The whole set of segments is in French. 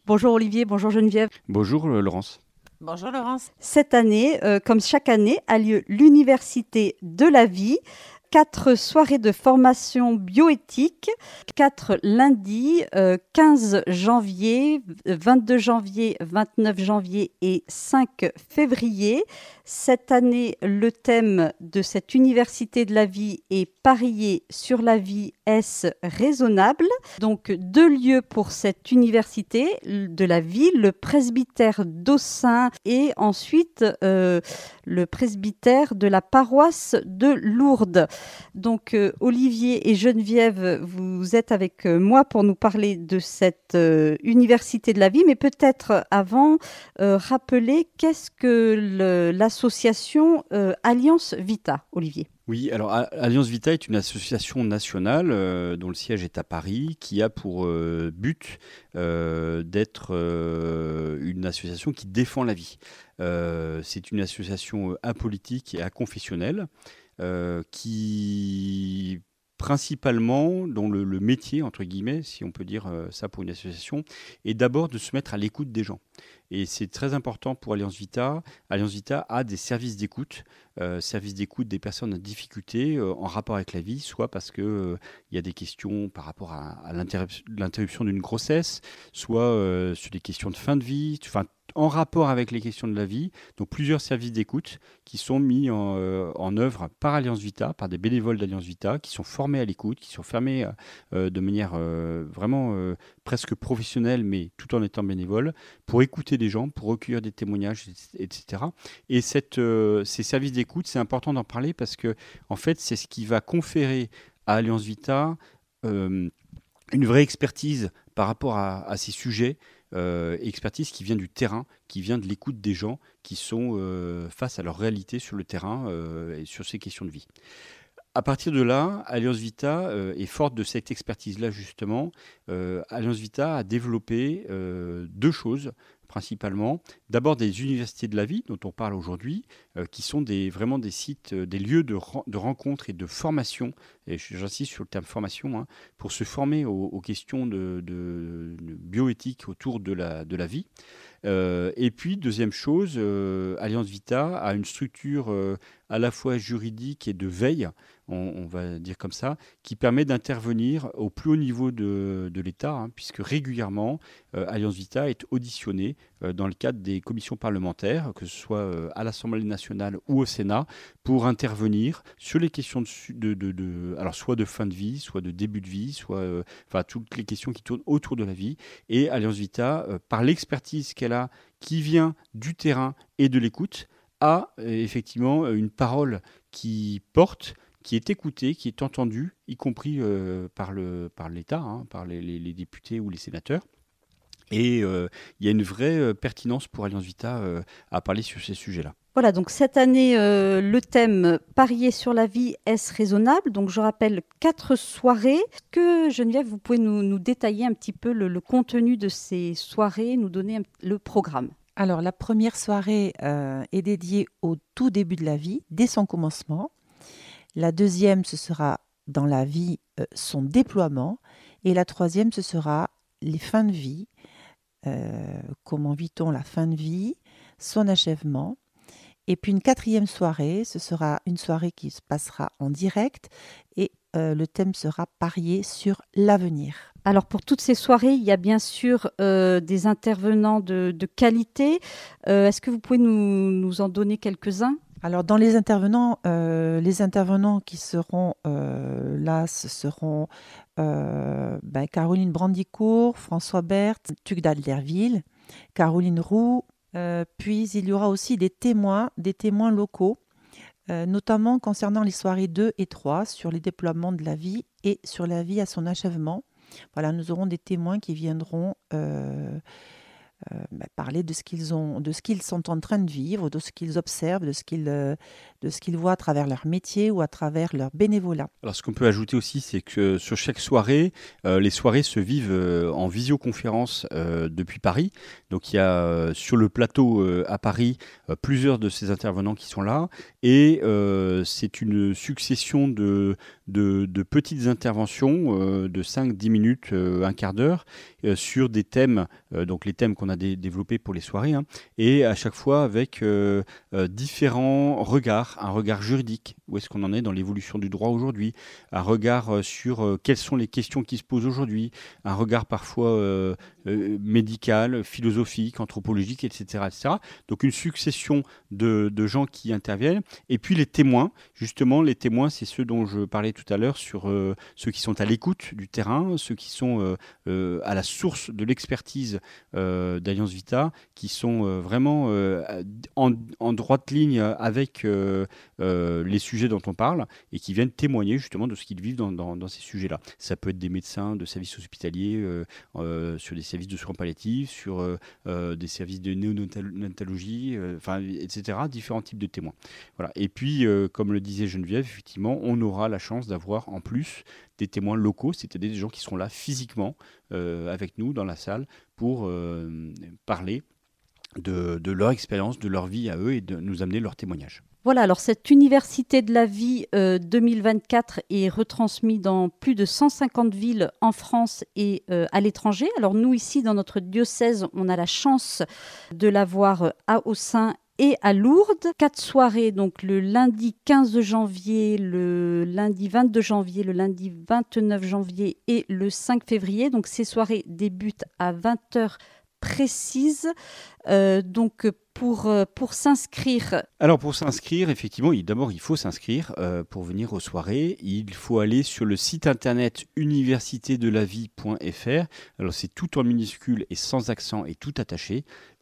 Bonjour Olivier, bonjour Geneviève. Bonjour Laurence. Bonjour Laurence. Cette année, comme chaque année, a lieu l'Université de la vie. 4 soirées de formation bioéthique, 4 lundis, 15 janvier, 22 janvier, 29 janvier et 5 février. Cette année, le thème de cette Université de la vie est parier sur la vie, est-ce raisonnable? Donc 2 lieux pour cette Université de la vie, le presbytère d'Aussin et ensuite le presbytère de la paroisse de Lourdes. Donc Olivier et Geneviève, vous êtes avec moi pour nous parler de cette Université de la vie, mais peut-être avant, rappeler qu'est-ce que l'association Alliance Vita, Olivier. Oui, alors Alliance Vita est une association nationale dont le siège est à Paris, qui a pour but d'être une association qui défend la vie. C'est une association apolitique et aconfessionnelle qui principalement, dont le métier, entre guillemets, si on peut dire ça pour une association, est d'abord de se mettre à l'écoute des gens. Et c'est très important pour Alliance Vita. Alliance Vita a des services d'écoute des personnes en difficulté en rapport avec la vie, soit parce qu'il y a des questions par rapport à l'interruption d'une grossesse, soit sur des questions de fin de vie, enfin en rapport avec les questions de la vie. Donc plusieurs services d'écoute qui sont mis en œuvre par Alliance Vita, par des bénévoles d'Alliance Vita, qui sont formés à l'écoute, qui sont formés de manière vraiment presque professionnelle, mais tout en étant bénévoles, pour écouter des gens, pour recueillir des témoignages, etc. Et ces services d'écoute, c'est important d'en parler parce que, en fait, c'est ce qui va conférer à Alliance Vita une vraie expertise par rapport à ces sujets, expertise qui vient du terrain, qui vient de l'écoute des gens qui sont face à leur réalité sur le terrain et sur ces questions de vie. À partir de là, Alliance Vita est forte de cette expertise-là, justement. Alliance Vita a développé 2 choses, principalement. D'abord, des universités de la vie, dont on parle aujourd'hui, qui sont vraiment des sites, des lieux de rencontre et de formation, et j'insiste sur le terme formation, hein, pour se former aux questions de bioéthique autour de la vie. Et puis, deuxième chose, Alliance Vita a une structure à la fois juridique et de veille, on va dire comme ça, qui permet d'intervenir au plus haut niveau de l'État, hein, puisque régulièrement, Alliance Vita est auditionnée dans le cadre des commissions parlementaires, que ce soit à l'Assemblée nationale ou au Sénat, pour intervenir sur les questions alors soit de fin de vie, soit de début de vie, soit enfin toutes les questions qui tournent autour de la vie. Et Alliance Vita, par l'expertise qu'elle a, qui vient du terrain et de l'écoute, a effectivement une parole qui porte, qui est écoutée, qui est entendue, y compris par l'État, hein, par les députés ou les sénateurs. Et il y a une vraie pertinence pour Alliance Vita à parler sur ces sujets-là. Voilà, donc cette année, le thème parier sur la vie, est-ce raisonnable? Donc je rappelle 4 soirées. Que Geneviève, vous pouvez nous détailler un petit peu le contenu de ces soirées, nous donner le programme? Alors la première soirée est dédiée au tout début de la vie, dès son commencement. La deuxième, ce sera dans la vie, son déploiement. Et la troisième, ce sera les fins de vie. Comment vit-on la fin de vie, son achèvement. Et puis une quatrième soirée, ce sera une soirée qui se passera en direct et le thème sera parier sur l'avenir. Alors pour toutes ces soirées, il y a bien sûr des intervenants de qualité. Est-ce que vous pouvez nous en donner quelques-uns? Alors dans les intervenants qui seront là, ce seront Caroline Brandicourt, François Berthe, Tugdal Derville, Caroline Roux. Puis il y aura aussi des témoins locaux, notamment concernant les soirées 2 et 3 sur les déploiements de la vie et sur la vie à son achèvement. Voilà, nous aurons des témoins qui viendront parler de ce qu'ils sont en train de vivre, de ce qu'ils observent, de ce qu'ils voient à travers leur métier ou à travers leur bénévolat. Alors, ce qu'on peut ajouter aussi, c'est que sur chaque soirée, les soirées se vivent en visioconférence depuis Paris. Donc, il y a sur le plateau à Paris plusieurs de ces intervenants qui sont là. Et c'est une succession de petites interventions de 5-10 minutes, un quart d'heure, sur des thèmes, donc les thèmes qu'on a développés pour les soirées, hein, et à chaque fois avec différents regards, un regard juridique, où est-ce qu'on en est dans l'évolution du droit aujourd'hui, un regard sur quelles sont les questions qui se posent aujourd'hui, un regard parfois médical, philosophique, anthropologique, etc., etc. Donc une succession de gens qui interviennent. Et puis les témoins, justement, les témoins, c'est ceux dont je parlais tout à l'heure, sur ceux qui sont à l'écoute du terrain, ceux qui sont à la source de l'expertise d'Alliance Vita, qui sont vraiment en droite ligne avec les sujets dont on parle et qui viennent témoigner justement de ce qu'ils vivent dans ces sujets-là. Ça peut être des médecins de services hospitaliers sur des services de soins palliatifs, sur des services de néonatologie, etc. Différents types de témoins. Voilà. Et puis, comme le disait Geneviève, effectivement, on aura la chance d'avoir en plus des témoins locaux, c'est-à-dire des gens qui seront là physiquement avec nous dans la salle pour parler de leur expérience, de leur vie à eux et de nous amener leurs témoignages. Voilà, alors cette Université de la vie 2024 est retransmise dans plus de 150 villes en France et à l'étranger. Alors nous, ici, dans notre diocèse, on a la chance de l'avoir à Aussin et à Lourdes. 4 soirées, donc le lundi 15 janvier, le lundi 22 janvier, le lundi 29 janvier et le 5 février. Donc ces soirées débutent à 20h précises. Donc pour s'inscrire. Alors pour s'inscrire, effectivement, d'abord il faut s'inscrire pour venir aux soirées. Il faut aller sur le site internet universitédelavie.fr. Alors c'est tout en minuscule et sans accent et tout attaché.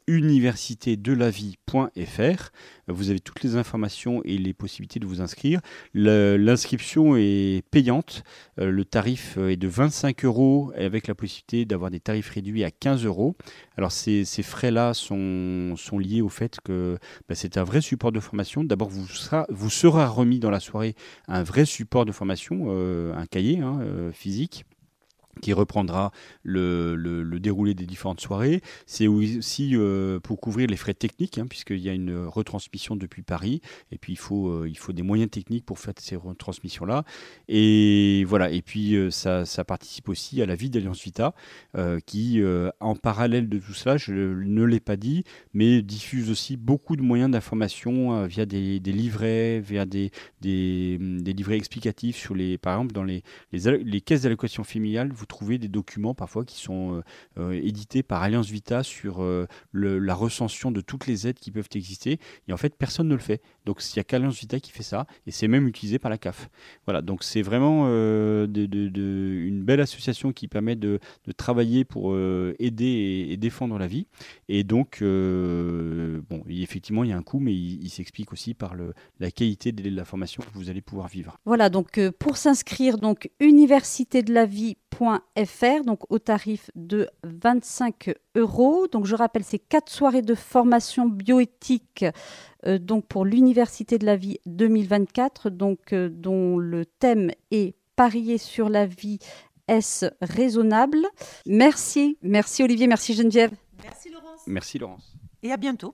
universitédelavie.fr. Vous avez toutes les informations et les possibilités de vous inscrire. L'inscription est payante. Le tarif est de 25 € avec la possibilité d'avoir des tarifs réduits à 15 €. Alors ces frais-là sont liés au fait que c'est un vrai support de formation. D'abord, vous sera remis dans la soirée un vrai support de formation, un cahier physique, qui reprendra le déroulé des différentes soirées. C'est aussi pour couvrir les frais techniques, puisqu'il y a une retransmission depuis Paris, et puis il faut des moyens techniques pour faire ces retransmissions-là. Et voilà, et puis ça participe aussi à la vie d'Alliance Vita, qui, en parallèle de tout cela, je ne l'ai pas dit, mais diffuse aussi beaucoup de moyens d'information via des livrets, via des livrets explicatifs sur par exemple, dans les caisses d'allocation familiale. Vous trouvez des documents parfois qui sont édités par Alliance Vita sur la recension de toutes les aides qui peuvent exister. Et en fait, personne ne le fait. Donc, il n'y a qu'Alliance Vita qui fait ça. Et c'est même utilisé par la CAF. Voilà. Donc, c'est vraiment une belle association qui permet de travailler pour aider et défendre la vie. Et donc, effectivement, il y a un coût, mais il s'explique aussi par la qualité de la formation que vous allez pouvoir vivre. Voilà. Donc, pour s'inscrire, donc, universitédelavie.fr, donc au tarif de 25 €. Donc je rappelle, c'est 4 soirées de formation bioéthique donc pour l'Université de la vie 2024, donc, dont le thème est parier sur la vie, est-ce raisonnable? Merci Olivier, merci Geneviève. Merci Laurence. Merci Laurence. Et à bientôt.